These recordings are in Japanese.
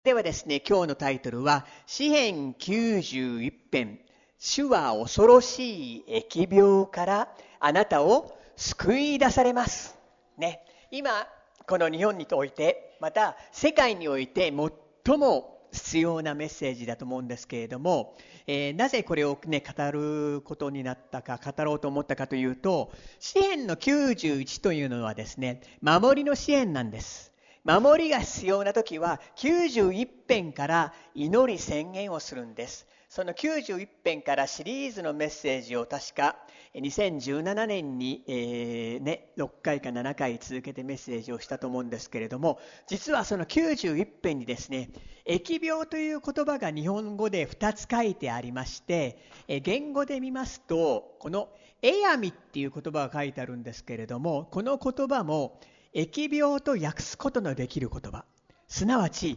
ではですね、今日のタイトルは、詩編91編、主は恐ろしい疫病からあなたを救い出されます。ね、今、この日本において、また世界において最も必要なメッセージだと思うんですけれども、なぜこれをね、語ることになったか、語ろうと思ったかというと、詩編の91というのはですね、守りの詩編なんです。守りが必要な時は91編から祈り宣言をするんです。その91編からシリーズのメッセージを確か2017年に、6回か7回続けてメッセージをしたと思うんですけれども、実はその91編にですね、疫病という言葉が日本語で2つ書いてありまして、言語で見ますとこのエヤミっていう言葉が書いてあるんですけれども、この言葉も疫病と訳すことのできる言葉、すなわち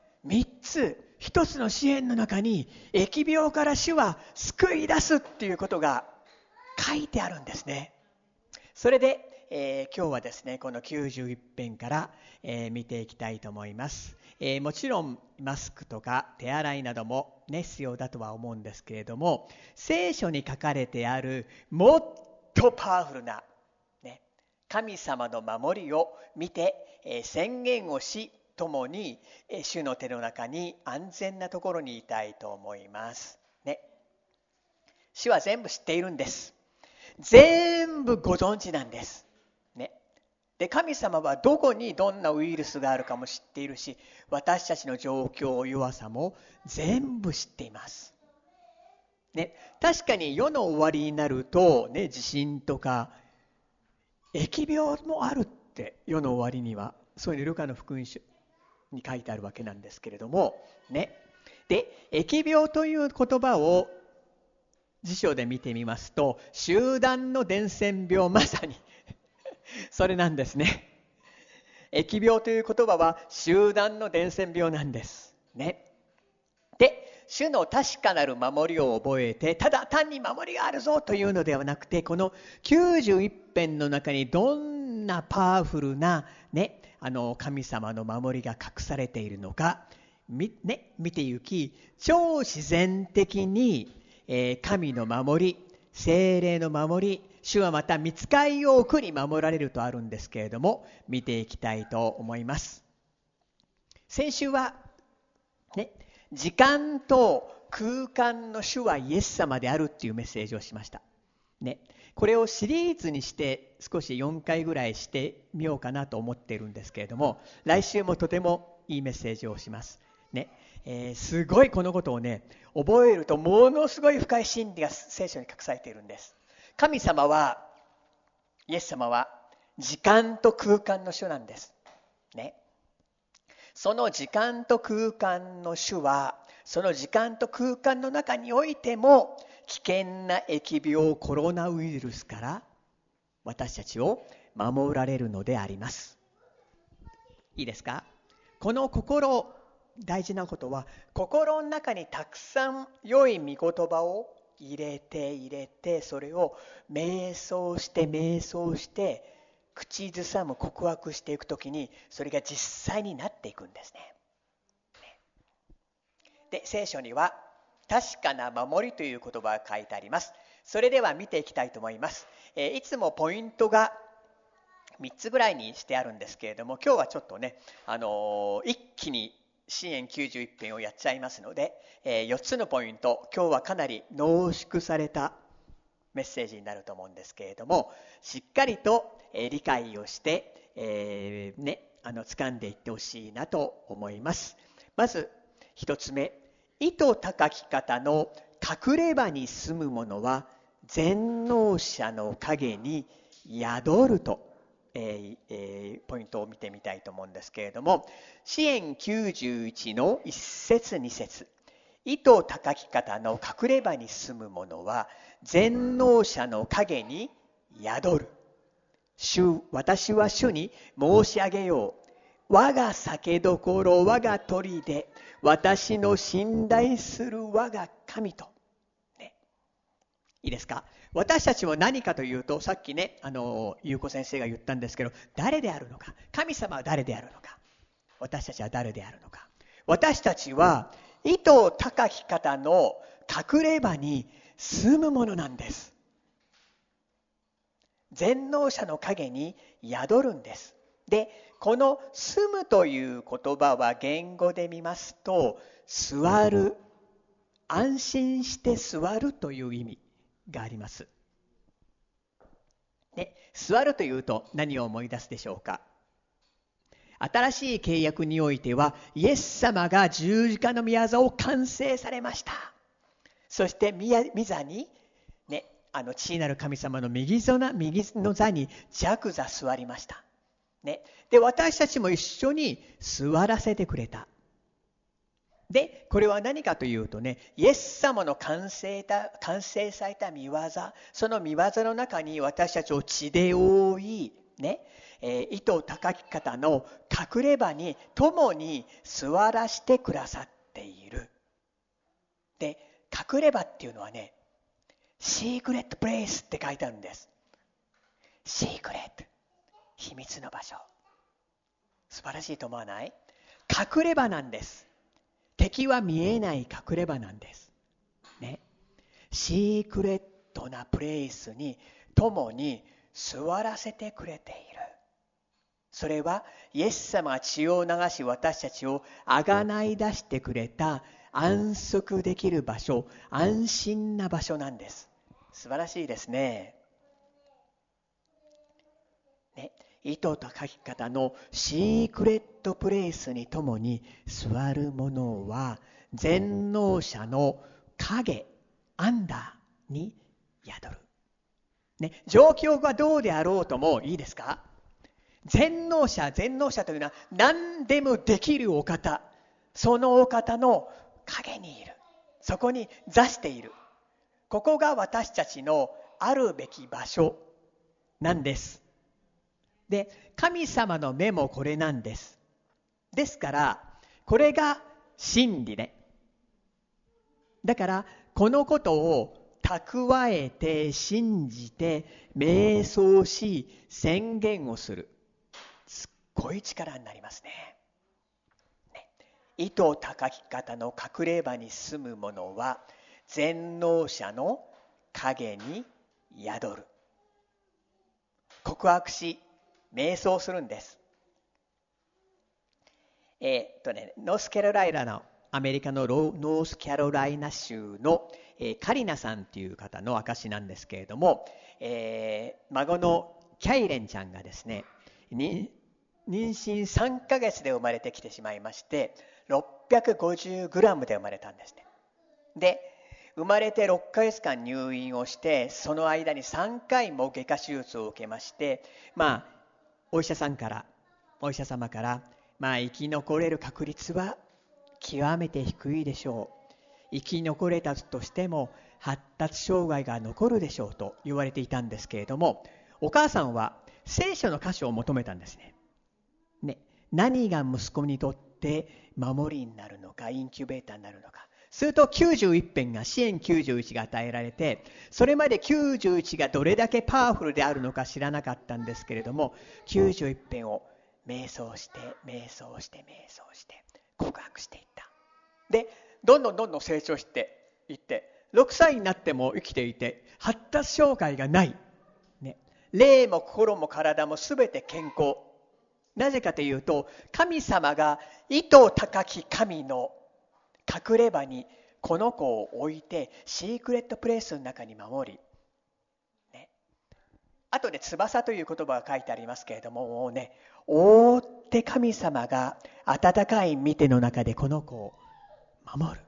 3つ1つの詩篇の中に疫病から主は救い出すっていうことが書いてあるんですね。それで、今日はですねこの91編から、見ていきたいと思います。もちろんマスクとか手洗いなども、ね、必要だとは思うんですけれども、聖書に書かれてあるもっとパワフルな神様の守りを見て、宣言をし、共に主の手の中に安全なところにいたいと思います、ね。主は全部知っているんです。全部ご存知なんです、ね。で、神様はどこにどんなウイルスがあるかも知っているし、私たちの状況、弱さも全部知っています、ね。確かに世の終わりになると、ね、地震とか疫病もあるって世の終わりには、そういうルカの福音書に書いてあるわけなんですけれどもね。で、疫病という言葉を辞書で見てみますと、集団の伝染病、まさにそれなんですね。疫病という言葉は集団の伝染病なんですね。で、主の確かなる守りを覚えて、ただ単に守りがあるぞというのではなくて、この91編の中にどんなパワフルな、ね、神様の守りが隠されているのか、見て行き、超自然的に、神の守り、聖霊の守り、主はまた御使いを送り守られるとあるんですけれども、見ていきたいと思います。先週はね、時間と空間の主はイエス様であるっていうメッセージをしました、ね。これをシリーズにして少し4回ぐらいしてみようかなと思っているんですけれども、来週もとてもいいメッセージをします、ね。すごいこのことをね覚えると、ものすごい深い真理が聖書に隠されているんです。神様は、イエス様は時間と空間の主なんです、ね。その時間と空間の主は、その時間と空間の中においても危険な疫病コロナウイルスから私たちを守られるのであります。いいですか？この心、大事なことは、心の中にたくさん良い御言葉を入れて、それを瞑想して口ずさむ、告白していくときに、それが実際になっていくんですね。で、聖書には確かな守りという言葉が書いてあります。それでは見ていきたいと思います。いつもポイントが3つぐらいにしてあるんですけれども、今日はちょっとね、一気に詩編91編をやっちゃいますので、4つのポイント、今日はかなり濃縮されたメッセージになると思うんですけれども、しっかりと理解をして、掴んでいってほしいなと思います。まず一つ目、意図高き方の隠れ場に住む者は全能者の陰に宿ると、ポイントを見てみたいと思うんですけれども、詩編91の1節2節、意図高き方の隠れ場に住む者は全能者の陰に宿る。私は主に申し上げよう。我が酒どころ、我が砦、私の信頼する我が神と、ね。いいですか？私たちも何かというと、さっきね、優子先生が言ったんですけど、誰であるのか、神様は誰であるのか、私たちは誰であるのか。 私たちは意図高き方の隠れ場に住むものなんです。全能者の陰に宿るんです。で、この住むという言葉は言語で見ますと、座る、安心して座るという意味があります。ね、座るというと何を思い出すでしょうか。新しい契約においては、イエス様が十字架の御業を完成されました。そして御座に、ね、父なる神様の右の座に着座座りました。ね、で、私たちも一緒に座らせてくれた。で、これは何かというとね、イエス様の完成された御業、その御業の中に私たちを血で覆い、ね、意図高き方の隠れ場に共に座らせてくださっている。で、隠れ場っていうのはね、シークレットプレイスって書いてあるんです。シークレット、秘密の場所。素晴らしいと思わない？隠れ場なんです。敵は見えない隠れ場なんです。ね。シークレットなプレイスに共に座らせてくれている。それはイエス様が血を流し私たちをあがない出してくれた安息できる場所、安心な場所なんです。素晴らしいですね。ね、意図高き方のシークレットプレイスに共に座る者は全能者の影、アンダーに宿る。ね、状況がどうであろうともいいですか？全能者というのは何でもできるお方、そのお方の影にいる。そこに座している。ここが私たちのあるべき場所なんです。で、神様の目もこれなんです。ですから、これが真理ね。だから、このことを蓄えて、信じて、瞑想し、宣言をする。すっごい力になりますね。意図高き方の隠れ場に住む者は、全能者の影に宿る。告白し、瞑想するんです。ノースカロライナのアメリカのノースカロライナ州の、カリナさんという方の証なんですけれども、孫のキャイレンちゃんがですね、妊娠3ヶ月で生まれてきてしまいまして、650グラムで生まれたんですね。で、生まれて6ヶ月間入院をして、その間に3回も外科手術を受けまして、お医者様から、生き残れる確率は極めて低いでしょう。生き残れたとしても発達障害が残るでしょうと言われていたんですけれども、お母さんは聖書の箇所を求めたんですね。何が息子にとって守りになるのか、インキュベーターになるのか。すると91編が支援91が与えられて、それまで91がどれだけパワフルであるのか知らなかったんですけれども、91編を瞑想して告白していった。で、どんどん成長していって、6歳になっても生きていて、発達障害がない。霊も心も体もすべて健康。なぜかというと、神様が意図高き神の隠れ場にこの子を置いて、シークレットプレイスの中に守り、あとで翼という言葉が書いてありますけれども、もうね、覆って神様が温かい御手の中でこの子を守る。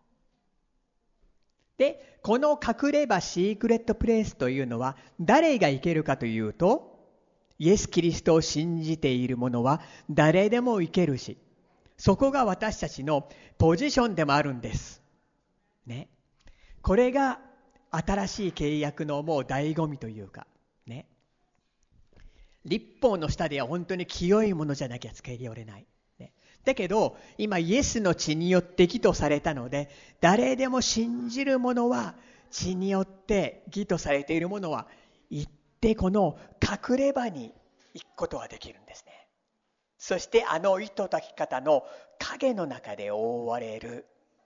で、この隠れ場シークレットプレイスというのは誰が行けるかというと、イエス・キリストを信じている者は誰でも行けるし、そこが私たちのポジションでもあるんです。ね。これが新しい契約のもう醍醐味というか、ね。律法の下では本当に清いものじゃなきゃ付け入れない。ね。だけど、今イエスの血によって義とされたので、誰でも信じる者は、血によって義とされている者は、行ってこの隠れ場に行くことができるんですね。 そしてあの糸たき方の影の中で覆われる。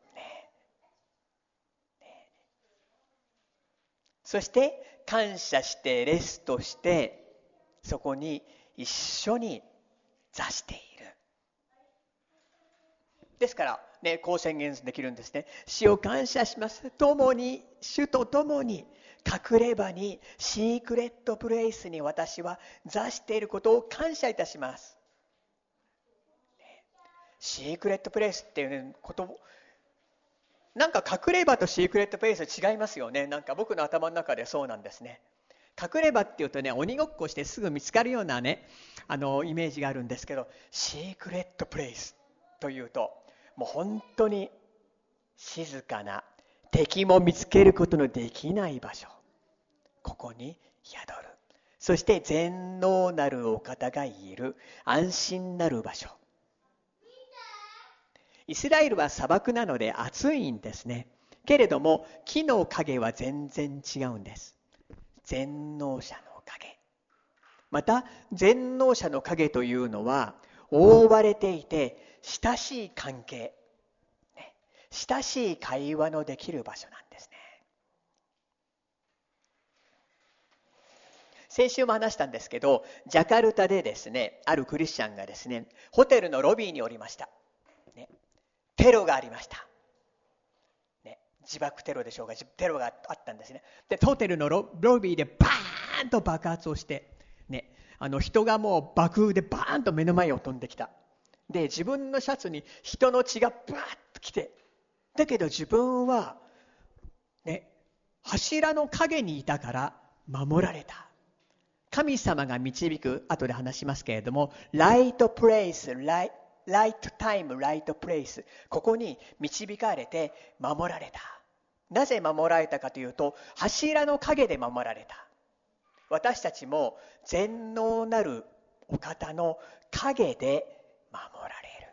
そして感謝してレストして、そこに一緒に座している。ですからね、こう宣言できるんですね。主を感謝します。共に、主と共に隠れ場に、シークレットプレイスに私は座していることを感謝いたします。シークレットプレイスっていうこと、なんか隠れ場とシークレットプレイス違いますよね。なんか僕の頭の中でそうなんですね。隠れ場っていうとね、鬼ごっこしてすぐ見つかるようなね、イメージがあるんですけど、シークレットプレイスというと、もう本当に静かな、敵も見つけることのできない場所、ここに宿る。そして全能なるお方がいる安心なる場所。イスラエルは砂漠なので暑いんですね。けれども木の影は全然違うんです。全能者の影。また全能者の影というのは覆われていて親しい関係、親しい会話のできる場所なんですね。先週も話したんですけど、ジャカルタでですね、あるクリスチャンがですね、ホテルのロビーにおりました。テロがありました。自爆テロでしょうか、テロがあったんですね。で、ホテルのロビーでバーンと爆発をして、人がもう爆風でバーンと目の前を飛んできた。で、自分のシャツに人の血がバーッと来て、だけど自分は、柱の陰にいたから守られた。神様が導く、後で話しますけれども、ライトプレイス、ライトタイム、ライトプレイス、ここに導かれて守られた。なぜ守られたかというと、柱の陰で守られた。私たちも全能なるお方の陰で守られ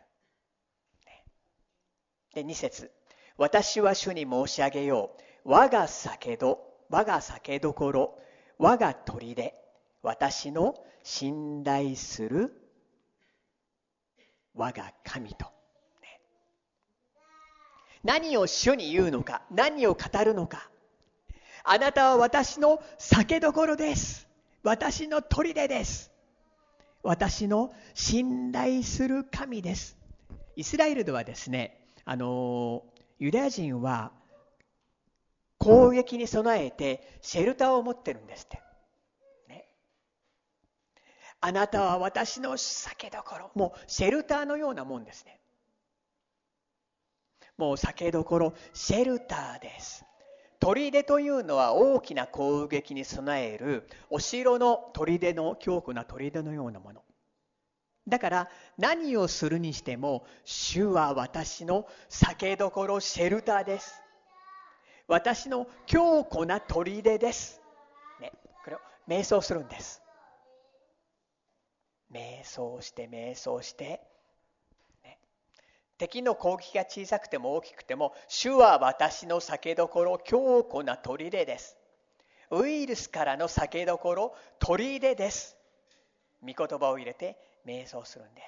る。で、2節、私は主に申し上げよう。我が酒どころ、我が砦、私の信頼する我が神と。何を主に言うのか、何を語るのか。あなたは私の酒どころです。私の砦です。私の信頼する神です。イスラエルではですね、ユダヤ人は攻撃に備えてシェルターを持ってるんですって。あなたは私の酒どころ。もうシェルターのようなもんですね。もう酒どころ、シェルターです。砦というのは大きな攻撃に備えるお城の砦の強固な砦のようなもの。だから何をするにしても、主は私の酒どころ、シェルターです。私の強固な砦です。これを瞑想するんです。瞑想して、敵の攻撃が小さくても大きくても、主は私の酒どころ、強固な砦です。ウイルスからの酒どころ、砦です。御言葉を入れて瞑想するんです。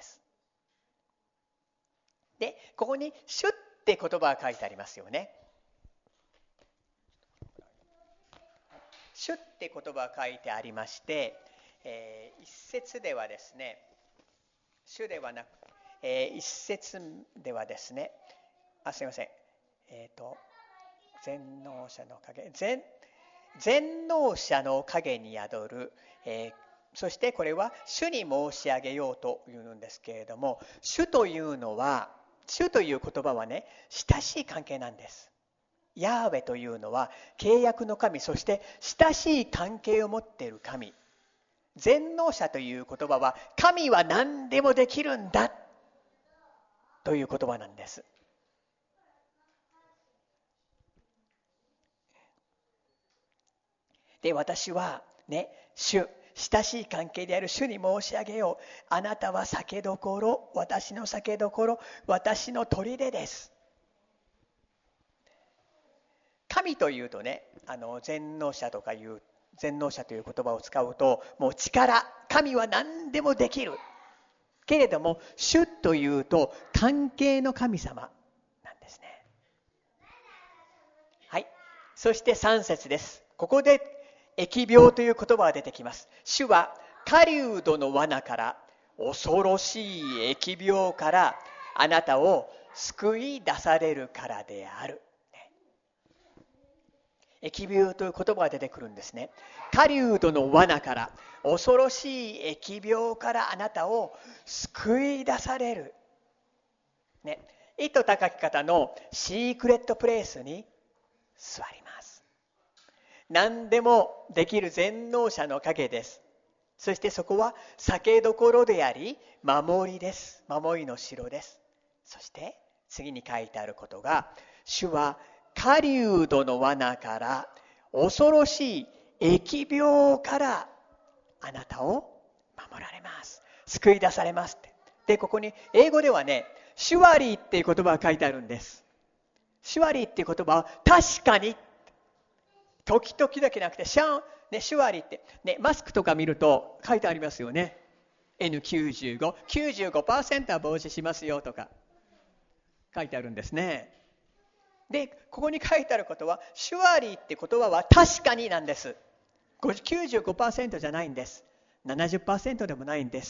で、ここに主って言葉が書いてありますよね。主って言葉が書いてありまして、一節ではですね、主ではなく、一節ではですね、すいません、全能者の影、全能者の影に宿る、そしてこれは主に申し上げようというんですけれども、主というのは、主という言葉はね、親しい関係なんです。ヤーウェというのは契約の神、そして親しい関係を持っている神。全能者という言葉は、神は何でもできるんだという言葉なんです。で、私はね、親しい関係である主に申し上げよう。あなたは酒どころ、私の酒どころ、私の砦です。神というとね、全能者とかいう全能者という言葉を使うと、もう力、神は何でもできる。 けれども、主というと関係の神様なんですね。はい。そして3節です。ここで疫病という言葉が出てきます。主は狩人の罠から、恐ろしい疫病からあなたを救い出されるからである。疫病という言葉が出てくるんですね。狩人の罠から、恐ろしい疫病からあなたを救い出される。ね、意図高き方のシークレットプレイスに座ります。何でもできる全能者の影です。そしてそこは酒どころであり、守りです。守りの城です。そして次に書いてあることが、主は狩人の罠から、恐ろしい疫病からあなたを守られます。救い出されますって。で、ここに英語ではね、シュワリーっていう言葉が書いてあるんです。シュワリーっていう言葉は確かに、時々だけなくてシュワリーって、ね、マスクとか見ると書いてありますよね。N95、95% は防止しますよとか書いてあるんですね。で、ここに書いてあることは、シュワリーって言葉は確かになんです。95% じゃないんです。70% でもないんです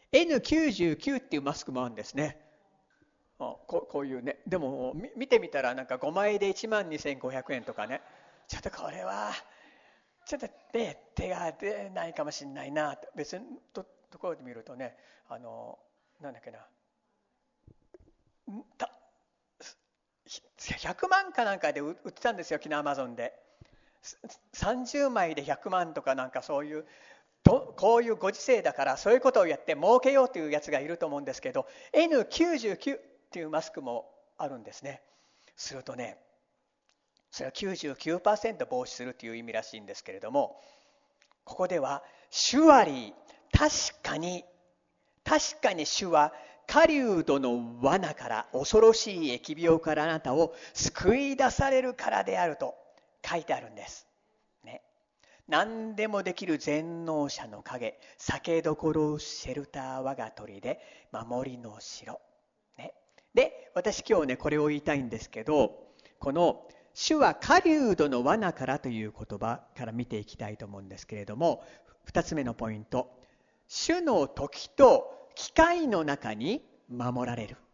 。N99 っていうマスクもあるんですね。こういうね。でも見てみたらなんか5枚で12,500円とかね。ちょっとこれはちょっとね、手が出ないかもしれないなと。別のところで見るとね、なんだっけな、100万かなんかで売ってたんですよ、昨日アマゾンで。30枚で100万とかなんかそういう、こういうご時世だからそういうことをやって儲けようというやつがいると思うんですけど、 N99 っていうマスクもあるんですね。するとね、それは 99% 防止するという意味らしいんですけれども、ここではシュワリー、確かに主は狩人の罠から、恐ろしい疫病からあなたを救い出されるからであると書いてあるんです、ね、何でもできる全能者の影、酒どころシェルター我が砦で守りの城、ね、で私今日ねこれを言いたいんですけど、この主は狩人の罠からという言葉から見ていきたいと思うんですけれども、2つ目のポイント、主の時と機会の中に守られる。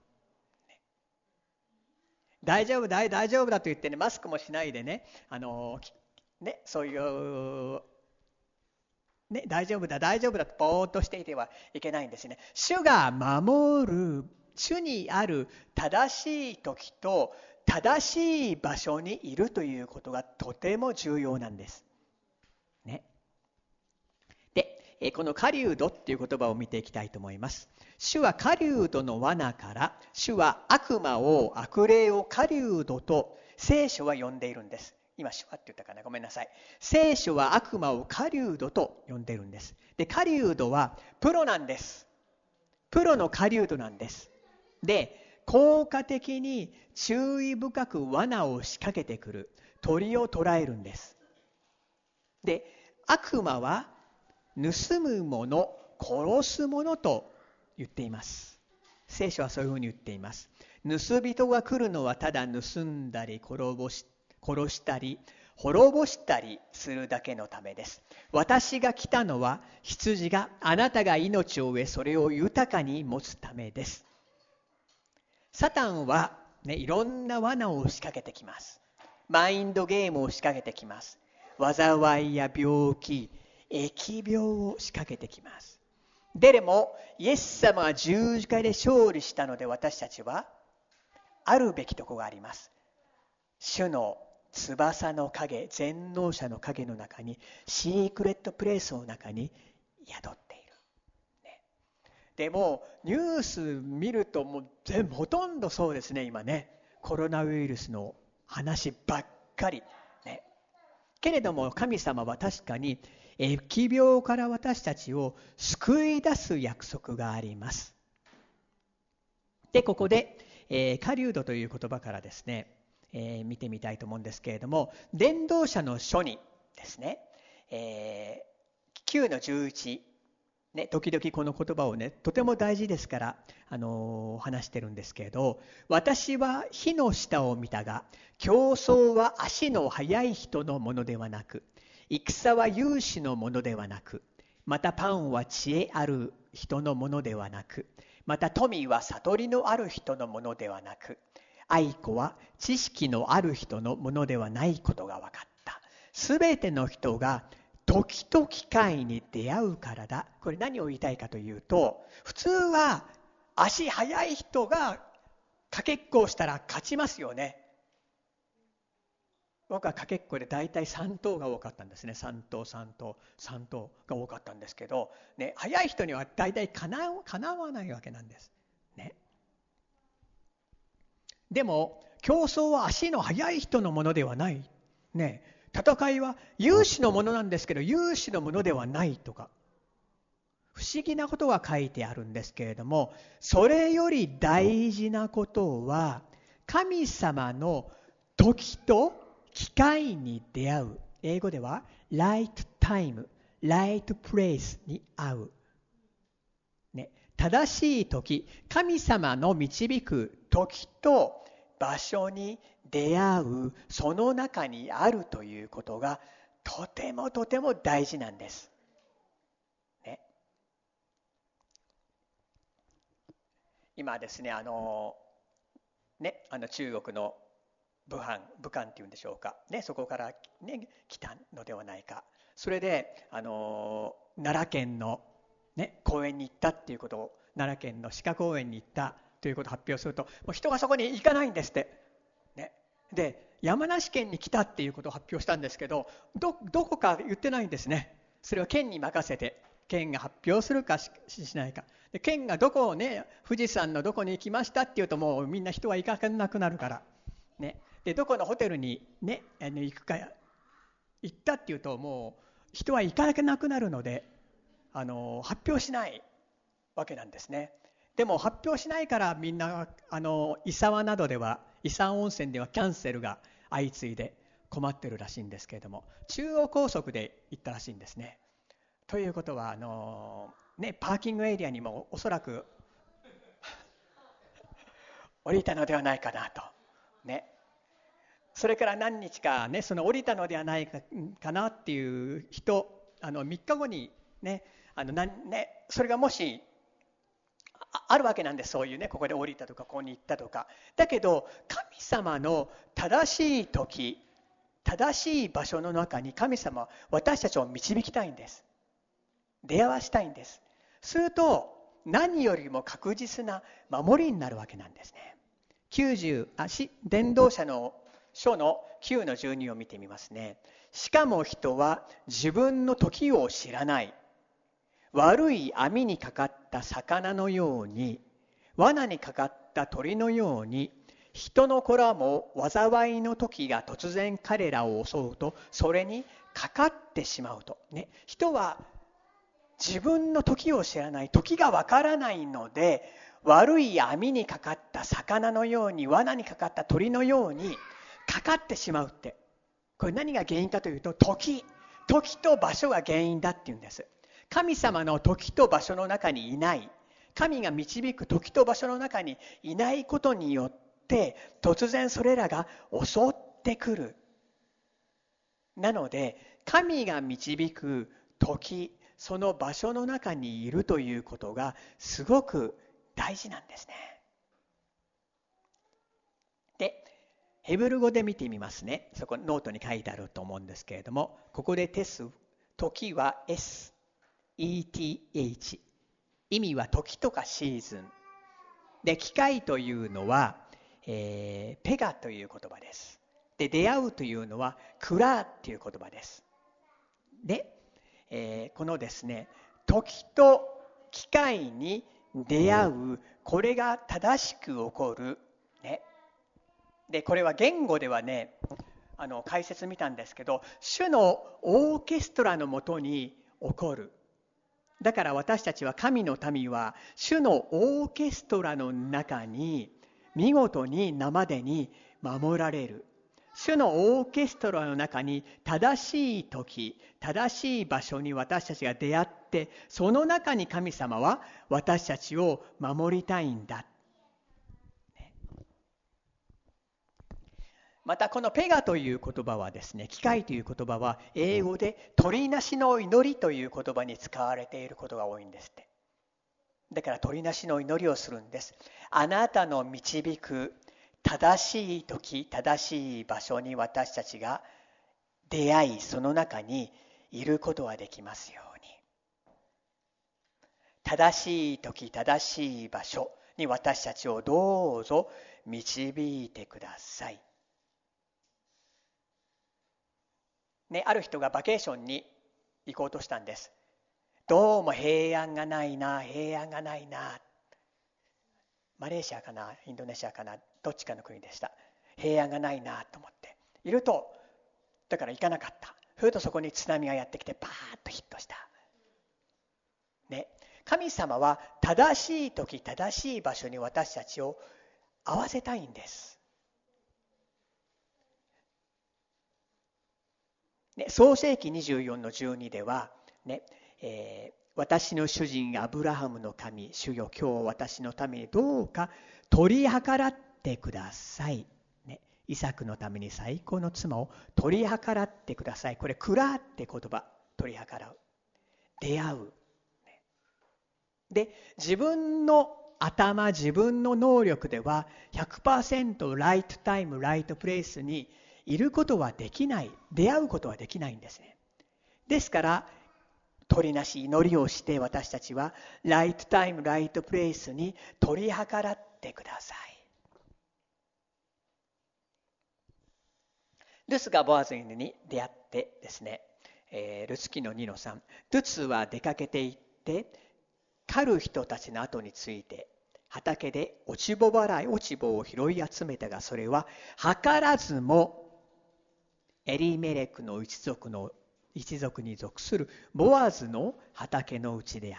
大丈夫だと言ってね、マスクもしないでね、そういうね、大丈夫だとぼーっとしていてはいけないんですね。主が守る、主にある正しい時と正しい場所にいるということがとても重要なんです。ね。で、この狩人っていう言葉を見ていきたいと思います。主は狩人の罠から、主は悪魔を、悪霊を狩人と聖書は呼んでいるんです。今主はって言ったかな、ごめんなさい。聖書は悪魔を狩人と呼んでいるんです。で、狩人はプロなんです。プロの狩人なんです。で、効果的に注意深く罠を仕掛けてくる、鳥を捕らえるんです。で、悪魔は盗むもの、殺すものと言っています。聖書はそういうふうに言っています。盗人が来るのはただ盗んだり殺したり滅ぼしたりするだけのためです。私が来たのは羊があなたが命を得、それを豊かに持つためです。サタンは、ね、いろんな罠を仕掛けてきます。マインドゲームを仕掛けてきます。災いや病気、疫病を仕掛けてきます。でもイエス様は十字架で勝利したので、私たちはあるべきところがあります。主の翼の影、全能者の影の中に、シークレットプレイスの中に宿っている、ね、でもニュース見るともうほとんどそうですね。今ね、コロナウイルスの話ばっかり、ね、けれども神様は確かに疫病から私たちを救い出す約束があります。で、ここで、狩人という言葉からですね、見てみたいと思うんですけれども、伝道者の書にですね、9の11 ね、時々この言葉をね、とても大事ですから、話してるんですけれど、私は火の下を見たが、競争は足の速い人のものではなく、戦は勇士のものではなく、またパンは知恵ある人のものではなく、また富は悟りのある人のものではなく、愛子は知識のある人のものではないことが分かった。すべての人が時と機会に出会うからだ。これ何を言いたいかというと、普通は足速い人がかけっこをしたら勝ちますよね。僕はかけっこで大体3等が多かったんですね。3等が多かったんですけど、ね、速い人には大体かなわないわけなんです。ね。でも競争は足の速い人のものではない。ね。戦いは勇士のものなんですけど、勇士のものではないとか、不思議なことが書いてあるんですけれども、それより大事なことは、神様の時と機会に出会う。英語では right time、right place に会う。ね、正しい時、神様の導く時と場所に出会う、その中にあるということがとてもとても大事なんです。ね、今ですね、中国の武漢っていうんでしょうか、ね、そこから、ね、来たのではないか。それで、奈良県の、ね、公園に行ったっていうことを、奈良県の鹿公園に行ったということを発表すると、もう人がそこに行かないんですって。ね、で山梨県に来たっていうことを発表したんですけど、どこか言ってないんですね。それは県に任せて、県が発表するか しないかで、県がどこをね、富士山のどこに行きましたっていうと、もうみんな人は行かなくなるからね。でどこのホテルに、ね、行くか行ったっていうと、もう人は行かなくなるので、発表しないわけなんですね。でも発表しないから、みんな伊沢などでは、伊沢温泉ではキャンセルが相次いで困ってるらしいんですけれども、中央高速で行ったらしいんですね。ということはパーキングエリアにもおそらく降りたのではないかなと、ね、それから何日か、ね、その降りたのではないかなっていう人、3日後に、ね、それがもしあるわけなんです。そういうね、ここで降りたとかここに行ったとか。だけど神様の正しい時、正しい場所の中に神様は私たちを導きたいんです。出会わしたいんです。すると何よりも確実な守りになるわけなんですね。伝道者の書の9の12を見てみますね。しかも人は自分の時を知らない。悪い網にかかった魚のように、罠にかかった鳥のように、人の子らも災いの時が突然彼らを襲うと、それにかかってしまうと。ね、人は自分の時を知らない、時がわからないので、悪い網にかかった魚のように、罠にかかった鳥のようにかかってしまうって。これ何が原因かというと、時と場所が原因だっていうんです。神様の時と場所の中にいない、神が導く時と場所の中にいないことによって、突然それらが襲ってくる。なので神が導く時、その場所の中にいるということがすごく大事なんですね。でヘブル語で見てみますね。そこノートに書いてあると思うんですけれども、ここで時は ETH、 意味は時とかシーズンで、機会というのは、ペガという言葉です。で出会うというのはクラーという言葉です。で、このですね、時と機会に出会う、これが正しく起こる、ね、でこれは言語ではね、解説見たんですけど、主のオーケストラのもとに起こる。だから私たちは、神の民は主のオーケストラの中に見事に生でに守られる。 主のオーケストラの中に正しい時、正しい場所に私たちが出会って、その中に神様は私たちを守りたいんだ。またこのペガという言葉はですね、機械という言葉は英語で鳥なしの祈りという言葉に使われていることが多いんですって。だから鳥なしの祈りをするんです。あなたの導く正しい時、正しい場所に私たちが出会い、その中にいることができますように。正しい時、正しい場所に私たちをどうぞ導いてください。ね、ある人がバケーションに行こうとしたんです。どうも平安がないな、平安がないな。マレーシアかな、インドネシアかな、どっちかの国でした。平安がないなと思っていると、だから行かなかった。ふとそこに津波がやってきてパーッとヒットした。ね、神様は正しい時、正しい場所に私たちを合わせたいんです。ね、創世記24の12では、ね、私の主人アブラハムの神、主よ、今日私のためにどうか取り計らってください。ね、イサクのために最高の妻を取り計らってください。これ、クラって言葉、取り計らう。出会う。ね、で、自分の頭、自分の能力では 100% ライトタイム、ライトプレイスにいることはできない。出会うことはできないんですね。ですから、取りなし祈りをして私たちはライトタイムライトプレイスに取り計らってください。ルツがボアズに出会ってですね、ルツ記の2の3、ルツは出かけて行って狩る人たちの後について畑で落ち穂払い、落ち穂を拾い集めたが、それは図らずもエリメレクの一族に属するボアズの畑のうちであった。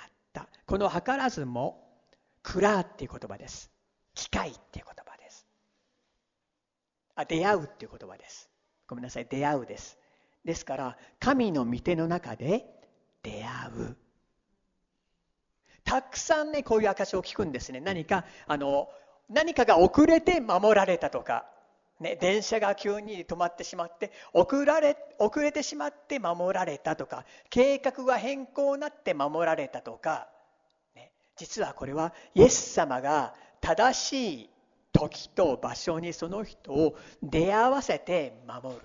この図らずもクラーっていう言葉です。機会っていう言葉です。出会うっていう言葉です。ごめんなさい、出会うです。ですから神の御手の中で出会う。たくさんね、こういう証を聞くんですね。何かが遅れて守られたとか、ね、電車が急に止まってしまって遅れてしまって守られたとか、計画が変更になって守られたとか、ね、実はこれはイエス様が正しい時と場所にその人を出会わせて守る。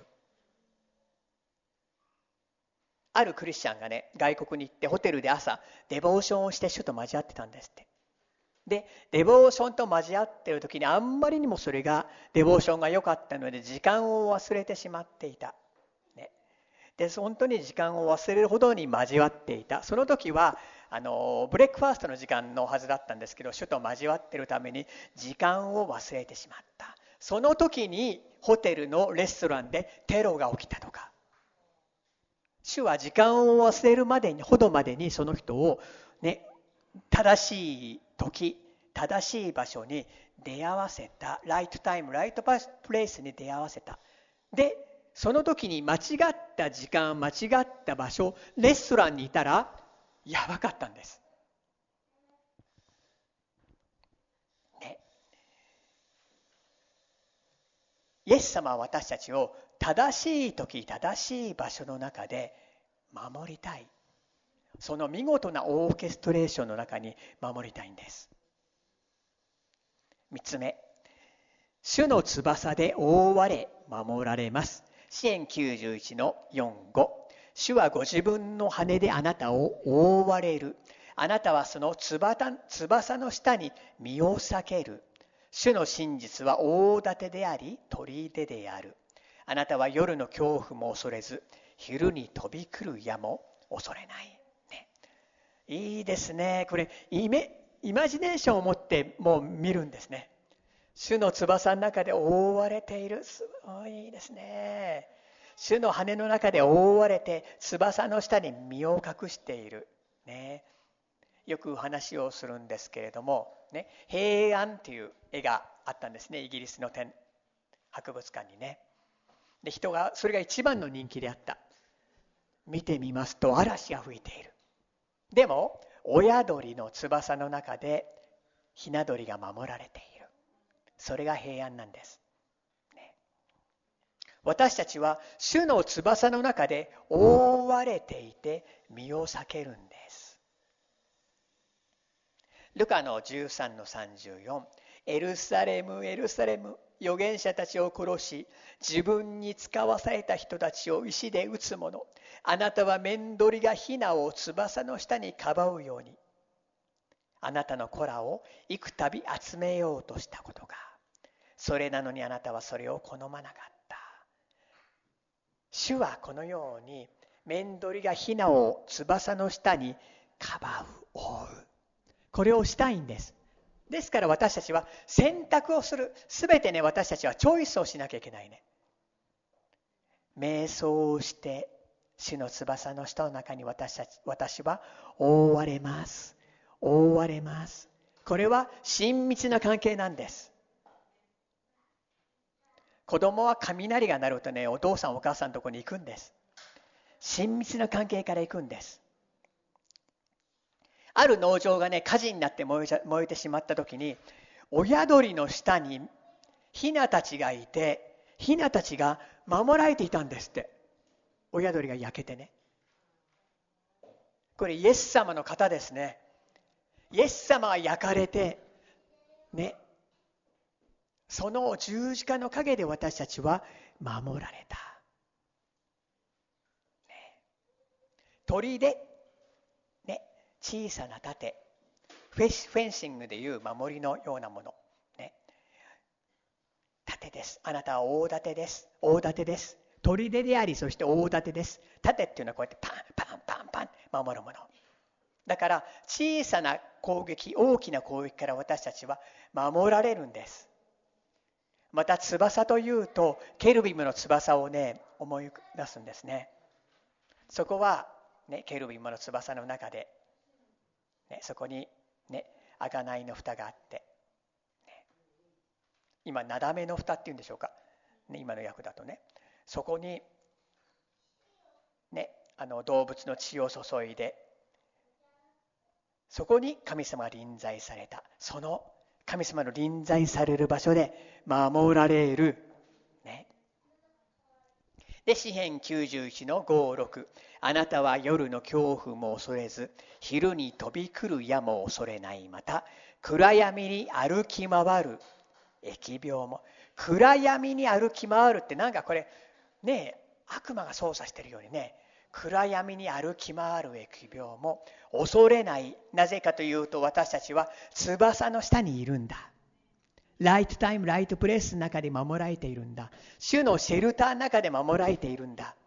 あるクリスチャンがね、外国に行ってホテルで朝デボーションをして主と交わってたんですって。で、デボーションと交わっている時にあんまりにもそれがデボーションが良かったので時間を忘れてしまっていた。ね、で、本当に時間を忘れるほどに交わっていた。その時はブレックファーストの時間のはずだったんですけど、主と交わっているために時間を忘れてしまった。その時にホテルのレストランでテロが起きたとか。主は時間を忘れるほどまでにその人をね、正しい時、正しい場所に出会わせた。ライトタイム、ライトプレイスに出会わせた。で、その時に間違った時間、間違った場所、レストランにいたらやばかったんです。ね、イエス様は私たちを正しい時、正しい場所の中で守りたい。その見事なオーケストレーションの中に守りたいんです。3つ目、主の翼で覆われ守られます。詩編91の4、5。主はご自分の羽であなたを覆われる。あなたはその翼の下に身を避ける。主の真実は大盾であり、砦である。あなたは夜の恐怖も恐れず、昼に飛び来る矢も恐れない。ね、いいですね。これイマジネーションを持ってもう見るんですね。主の翼の中で覆われている。すごいですね。主の羽の中で覆われて翼の下に身を隠している。ね、よく話をするんですけれども、ね、平安という絵があったんですね。イギリスの博物館にね。 で、人がそれが一番の人気であった。見てみますと嵐が吹いている。でも親鳥の翼の中でひな鳥が守られている。それが平安なんです、ね。私たちは主の翼の中で覆われていて身を避けるんです。ルカの13の34、エルサレムエルサレム、預言者たちを殺し自分に使わされた人たちを石で撃つ者、あなたは面鳥がヒナを翼の下にかばうようにあなたの子らを幾たび集めようとしたことが、それなのにあなたはそれを好まなかった。主はこのように面鳥がヒナを翼の下にかばう、覆う、これをしたいんです。ですから私たちは選択をする。すべてね、私たちはチョイスをしなきゃいけないね。瞑想をして主の翼の下の中に私は覆われます。覆われます。これは親密な関係なんです。子供は雷が鳴るとね、お父さんお母さんのところに行くんです。親密な関係から行くんです。ある農場がね、火事になって燃えてしまった時に、親鳥の下にヒナたちがいて、ヒナたちが守られていたんですって。親鳥が焼けてね。これイエス様の方ですね。イエス様が焼かれてね、その十字架の陰で私たちは守られた、ね、砦ね、小さな盾、フェンシングでいう守りのようなもの、ね、盾です。あなたは大盾です。大盾です。砦であり、そして大盾です。盾っていうのはこうやってパンパンパンパン守るものだから、小さな攻撃、大きな攻撃から私たちは守られるんです。また翼というとケルビムの翼をね、思い出すんですね。そこはね、ケルビムの翼の中で、ね、そこにね、贖いの蓋があって、ね、今なだめの蓋っていうんでしょうか、ね、今の訳だとね、そこにね、動物の血を注いで、そこに神様が臨在された。その神様の臨在される場所で守られる、ね、で詩編91の5、6、あなたは夜の恐怖も恐れず、昼に飛び来る矢も恐れない。また暗闇に歩き回る疫病も。暗闇に歩き回るってなんかこれね、悪魔が操作しているようにね、暗闇に歩き回る疫病も恐れない。なぜかというと、私たちは翼の下にいるんだ。ライトタイム、ライトプレイスの中で守られているんだ。主のシェルターの中で守られているんだ。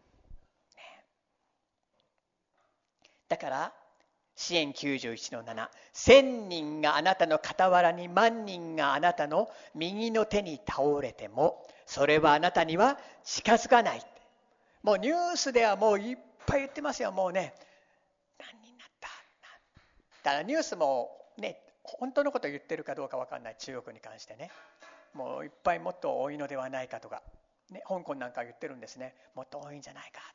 だから詩編91の7、1000人があなたの傍らに、万人があなたの右の手に倒れても、それはあなたには近づかない。もうニュースではもういっぱい言ってますよ。もうね、何人になった。だからニュースもね、本当のこと言ってるかどうか分かんない。中国に関してね、もういっぱいもっと多いのではないかとか、ね、香港なんか言ってるんですね。もっと多いんじゃないか。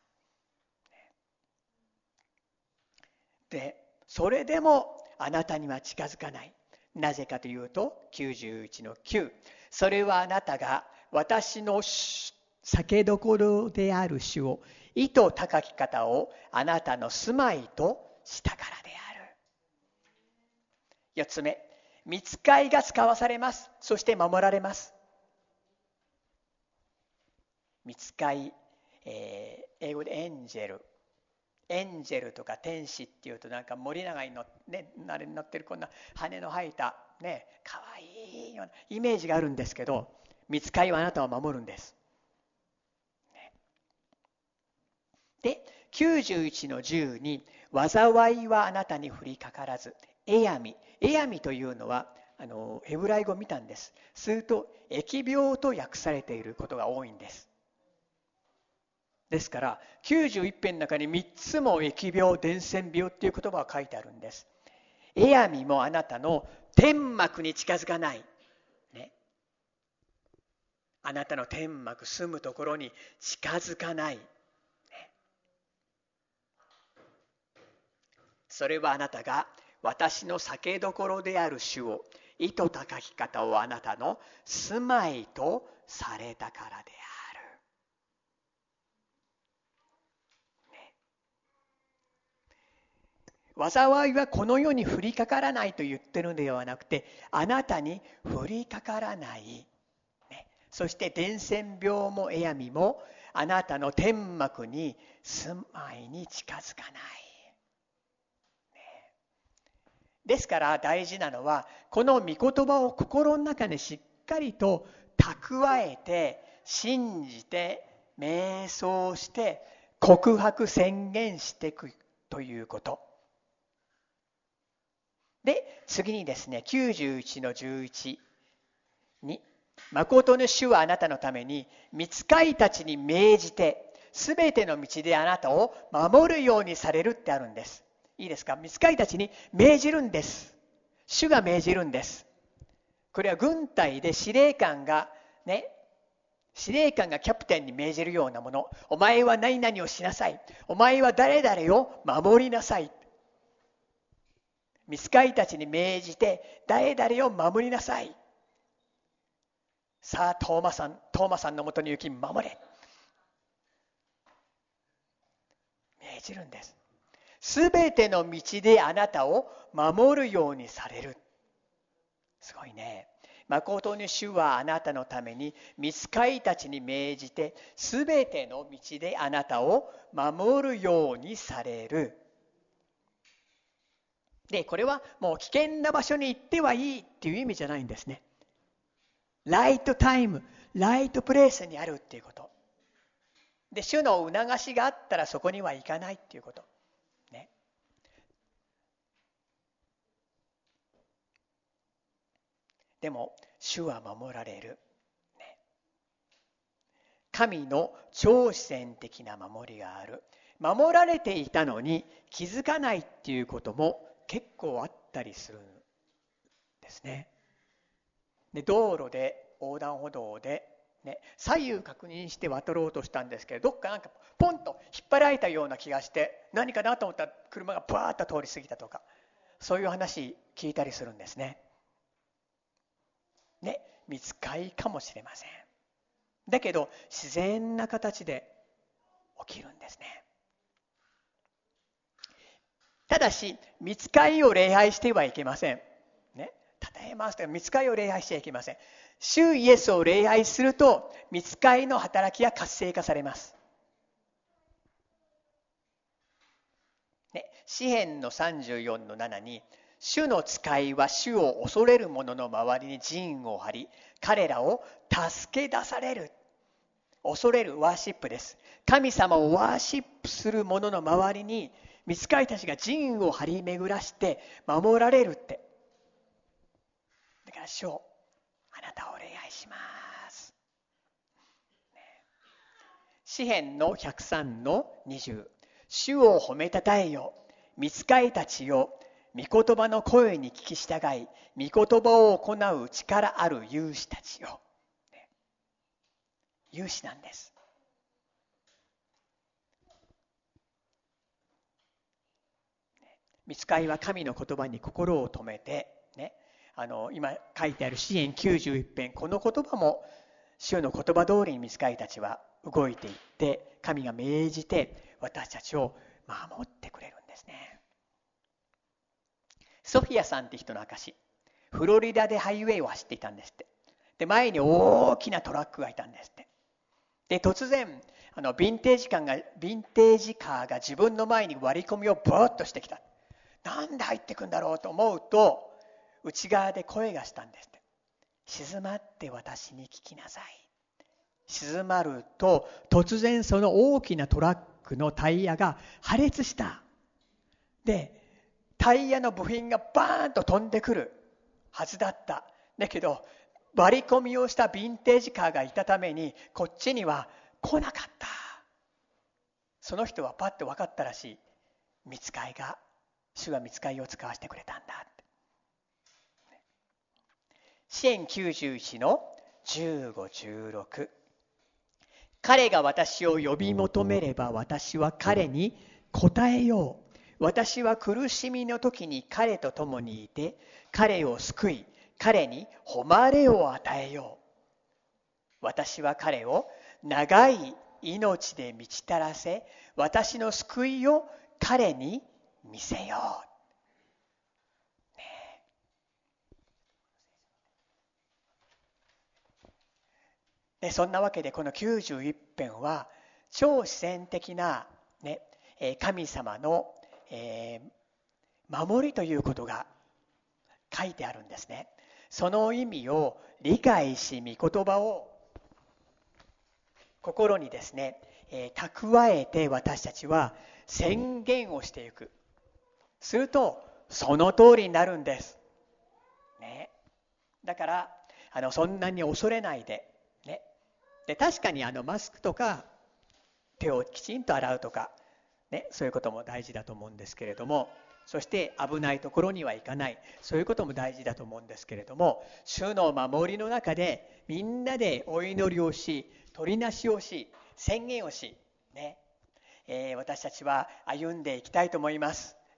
で、それでもあなたには近づかない。なぜかというと、91の9、それはあなたが私の酒どころである主を、意図高き方をあなたの住まいとしたからである。4つ目、御使いが使わされます。そして守られます。御使い、英語でエンジェル。エンジェルとか天使っていうとなんか森永に乗ってるこんな羽の生えたね、かわいいようなイメージがあるんですけど、御使いはあなたを守るんです。で、91の10に、災いはあなたに降りかからず、エヤミというのはヘブライ語を見たんです。すると疫病と訳されていることが多いんです。ですから91編の中に3つも疫病、伝染病っていう言葉が書いてあるんです。エヤミもあなたの天幕に近づかない、ね、 あなたの天幕住むところに近づかない。それはあなたが私の酒どころである主を、意図高き方をあなたの住まいとされたからである。災いはこの世に降りかからないと言ってるのではなくて、あなたに降りかからない。そして伝染病もえやみもあなたの天幕に住まいに近づかない。ですから大事なのは、この御言葉を心の中にしっかりと蓄えて、信じて、瞑想して、告白宣言していくということ。で、次にですね、91の11に、誠の主はあなたのために、御使いたちに命じて、すべての道であなたを守るようにされるってあるんです。いいですか？御使いたちに命じるんです。主が命じるんです。これは軍隊で司令官がキャプテンに命じるようなもの。お前は何々をしなさい。お前は誰々を守りなさい。御使いたちに命じて誰々を守りなさい。さあトーマさんのもとに行き守れ。命じるんです。すべての道であなたを守るようにされる。すごいね。誠に主はあなたのために御使いたちに命じてすべての道であなたを守るようにされる。で、これはもう危険な場所に行ってはいいっていう意味じゃないんですね。ライトタイム、ライトプレイスにあるっていうこと。で、主の促しがあったらそこには行かないっていうこと。ね。でも、主は守られる。ね。神の超自然的な守りがある。守られていたのに気づかないっていうことも結構あったりするんですね。で、道路で横断歩道で、左右確認して渡ろうとしたんですけど、どっかなんかポンと引っ張られたような気がして何かなと思ったら車がバーッと通り過ぎたとか、そういう話聞いたりするんですね。見つかりかもしれません。だけど自然な形で起きるんですね。ただし見つかりを礼拝してはいけません。例えますと見つかりを礼拝してはいけません。主イエスを礼拝すると見つかりの働きが活性化されます。詩編の34の7に、主の使いは主を恐れる者の周りに陣を張り、彼らを助け出される。恐れるワーシップです。神様をワーシップする者の周りに御使いたちが陣を張り巡らして守られるって。だから主をあなたを礼拝します。詩編の103の20。主を褒めたたえよ。御使いたちよ。御言葉の声に聞き従い、御言葉を行う力ある勇士たちよ。勇士なんです。御使いは神の言葉に心を留めて、今書いてある詩編91編、この言葉も主の言葉通りに御使いたちは動いていって、神が命じて私たちを守ってくれるんですね。ソフィアさんって人の証、フロリダでハイウェイを走っていたんですって。で、前に大きなトラックがいたんですって。で、突然ヴィンテージカーが自分の前に割り込みをブーッとしてきた。なんで入ってくんだろうと思うと、内側で声がしたんですって。静まって私に聞きなさい。静まると突然その大きなトラックのタイヤが破裂した。で、タイヤの部品がバーンと飛んでくるはずだった。だけど割り込みをしたヴィンテージカーがいたためにこっちには来なかった。その人はパッと分かったらしい。主が御使いを使わせてくれたんだって。詩編91の 15、16。彼が私を呼び求めれば私は彼に答えよう。私は苦しみの時に彼と共にいて、彼を救い、彼に誉れを与えよう。私は彼を長い命で満ち足らせ、私の救いを彼に見せよう。でそんなわけでこの91編は超自然的な、神様の、守りということが書いてあるんですね。その意味を理解し、御言葉を心にですね、蓄えて私たちは宣言をしていく。するとその通りになるんです。だからそんなに恐れないで。で確かにマスクとか手をきちんと洗うとか、そういうことも大事だと思うんですけれども、そして危ないところには行かない、そういうことも大事だと思うんですけれども、主の守りの中でみんなでお祈りをし、取りなしをし、宣言をし、私たちは歩んでいきたいと思います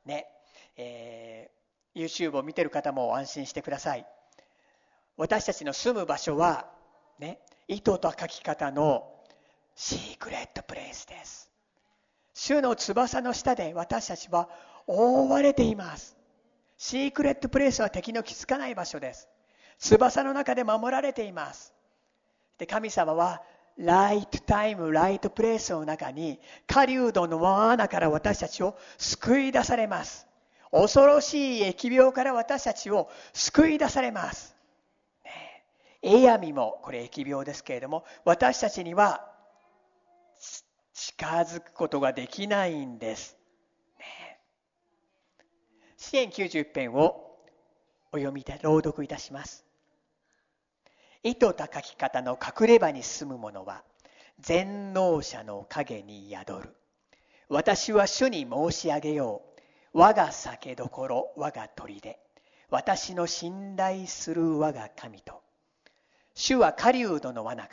。YouTube を見ている方も安心してください。私たちの住む場所は糸と書き方のシークレットプレイスです。主の翼の下で私たちは覆われています。シークレットプレイスは敵の気づかない場所です。翼の中で守られています。で神様はライトタイム、ライトプレイスの中に狩人の罠から私たちを救い出されます。恐ろしい疫病から私たちを救い出されます。エヤミもこれ疫病ですけれども、私たちには近づくことができないんです。詩編91編をお読み朗読いたします。糸と書き方の隠れ場に住む者は全能者の影に宿る。私は主に申し上げよう。我が酒どころ、我が砦、私の信頼する我が神と。主は狩人の罠から、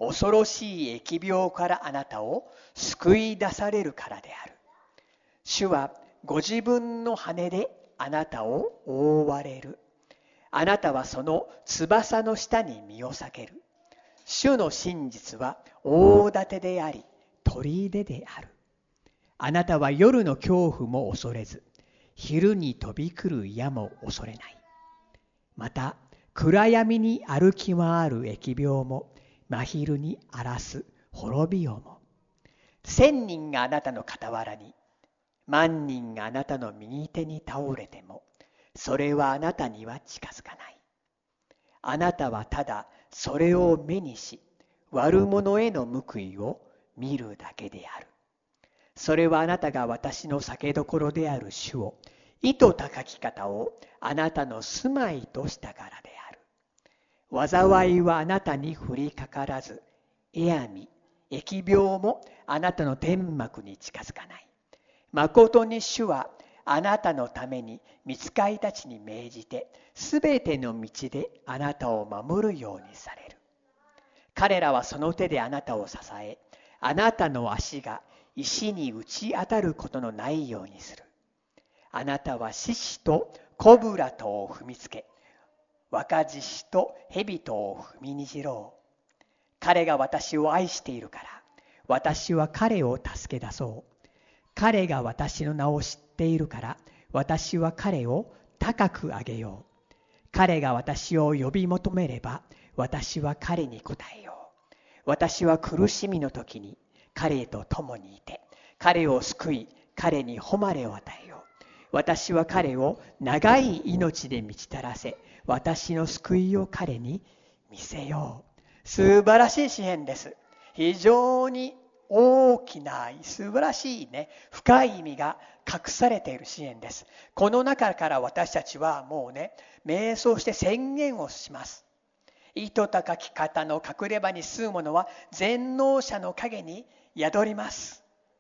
恐ろしい疫病からあなたを救い出されるからである。主はご自分の羽であなたを覆われる。あなたはその翼の下に身を避ける。主の真実は大盾であり、砦である。あなたは夜の恐怖も恐れず、昼に飛び来る矢も恐れない。また、暗闇に歩き回る疫病も、真昼に荒らす滅びようも。1000人があなたの傍らに、万人があなたの右手に倒れても、それはあなたには近づかない。あなたはただそれを目にし、悪者への報いを見るだけである。それはあなたが私の酒どころである主を、糸と書き方をあなたの住まいとしたからである。災いはあなたに降りかからず、疫病もあなたの天幕に近づかない。まことに主はあなたのために御使いたちに命じて、すべての道であなたを守るようにされる。彼らはその手であなたを支え、あなたの足が石に打ち当たることのないようにする。あなたは獅子とコブラとを踏みつけ、若獅子と蛇とを踏みにじろう。彼が私を愛しているから、私は彼を助け出そう。彼が私の名を知っているから、私は彼を高く上げよう。彼が私を呼び求めれば、私は彼に答えよう。私は苦しみの時に彼と共にいて、彼を救い、彼に誉れを与えよう。私は彼を長い命で満ち足らせ、私の救いを彼に見せよう。素晴らしい詩編です。非常に大きな素晴らしい深い意味が隠されている詩編です。この中から私たちはもう瞑想して宣言をします。糸と書き方の隠れ場に住む者は全能者の影に宿ります。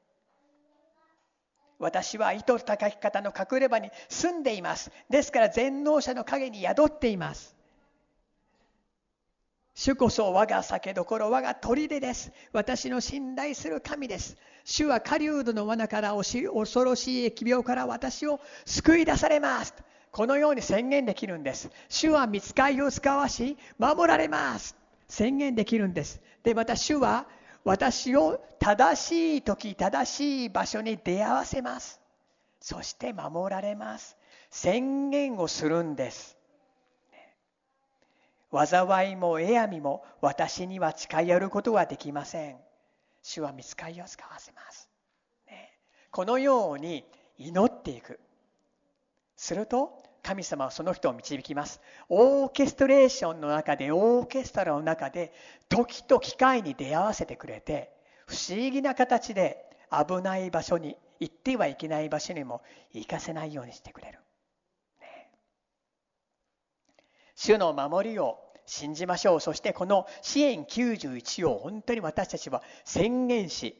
私は糸と書き方の隠れ場に住んでいます。ですから全能者の影に宿っています。 主こそ我が酒どころ、我が砦です。私の信頼する神です。主は狩人の罠から恐ろしい疫病から私を救い出されます。このように宣言できるんです。主は御使いを使わし守られます。宣言できるんです。で、また主は私を正しい時、正しい場所に出会わせます。そして守られます。宣言をするんです。災いもえやみも私には近寄ることはできません。主は御使いを使わせます。このように祈っていく。すると神様はその人を導きます。オーケストレーションの中で、オーケストラの中で時と機会に出会わせてくれて、不思議な形で危ない場所に、行ってはいけない場所にも行かせないようにしてくれる。主の守りを信じましょう。そしてこの詩編91を本当に私たちは宣言し、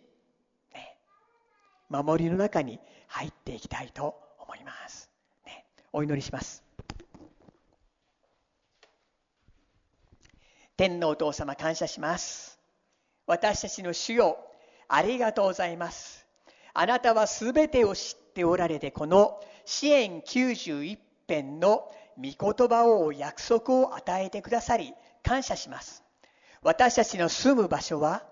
守りの中に入っていきたいと思います。お祈りします。天のお父様、感謝します。私たちの主よ、ありがとうございます。あなたはすべてを知っておられて、この詩編91編の御言葉を、約束を与えてくださり感謝します。私たちの住む場所は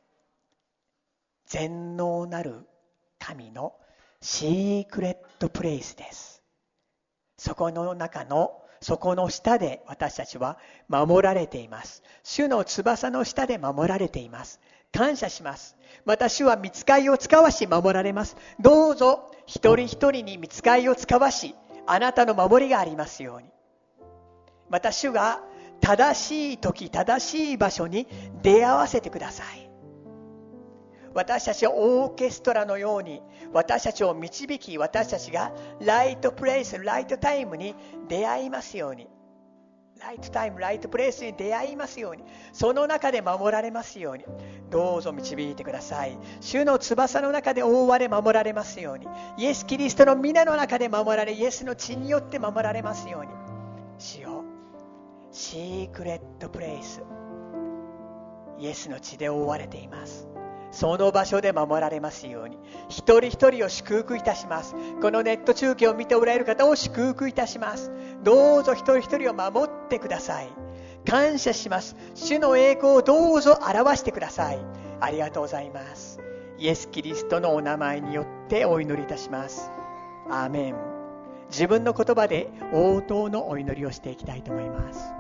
全能なる神のシークレットプレイスです。そこの下で私たちは守られています。主の翼の下で守られています。感謝します。また主は御使いを使わし守られます。どうぞ一人一人に御使いを使わし、あなたの守りがありますように。また主が正しい時、正しい場所に出会わせてください。私たちはオーケストラのように私たちを導き、私たちがライトプレイス、ライトタイムに出会いますように。ライトタイム、ライトプレイスに出会いますように。その中で守られますように。どうぞ導いてください。主の翼の中で覆われ守られますように。イエス・キリストの皆の中で守られ、イエスの血によって守られますように。主よ、シークレットプレイス、イエスの血で覆われています。その場所で守られますように。一人一人を祝福いたします。このネット中継を見ておられる方を祝福いたします。どうぞ一人一人を守ってください。感謝します。主の栄光をどうぞ表してください。ありがとうございます。イエス・キリストのお名前によってお祈りいたします。アーメン。自分の言葉で応答のお祈りをしていきたいと思います。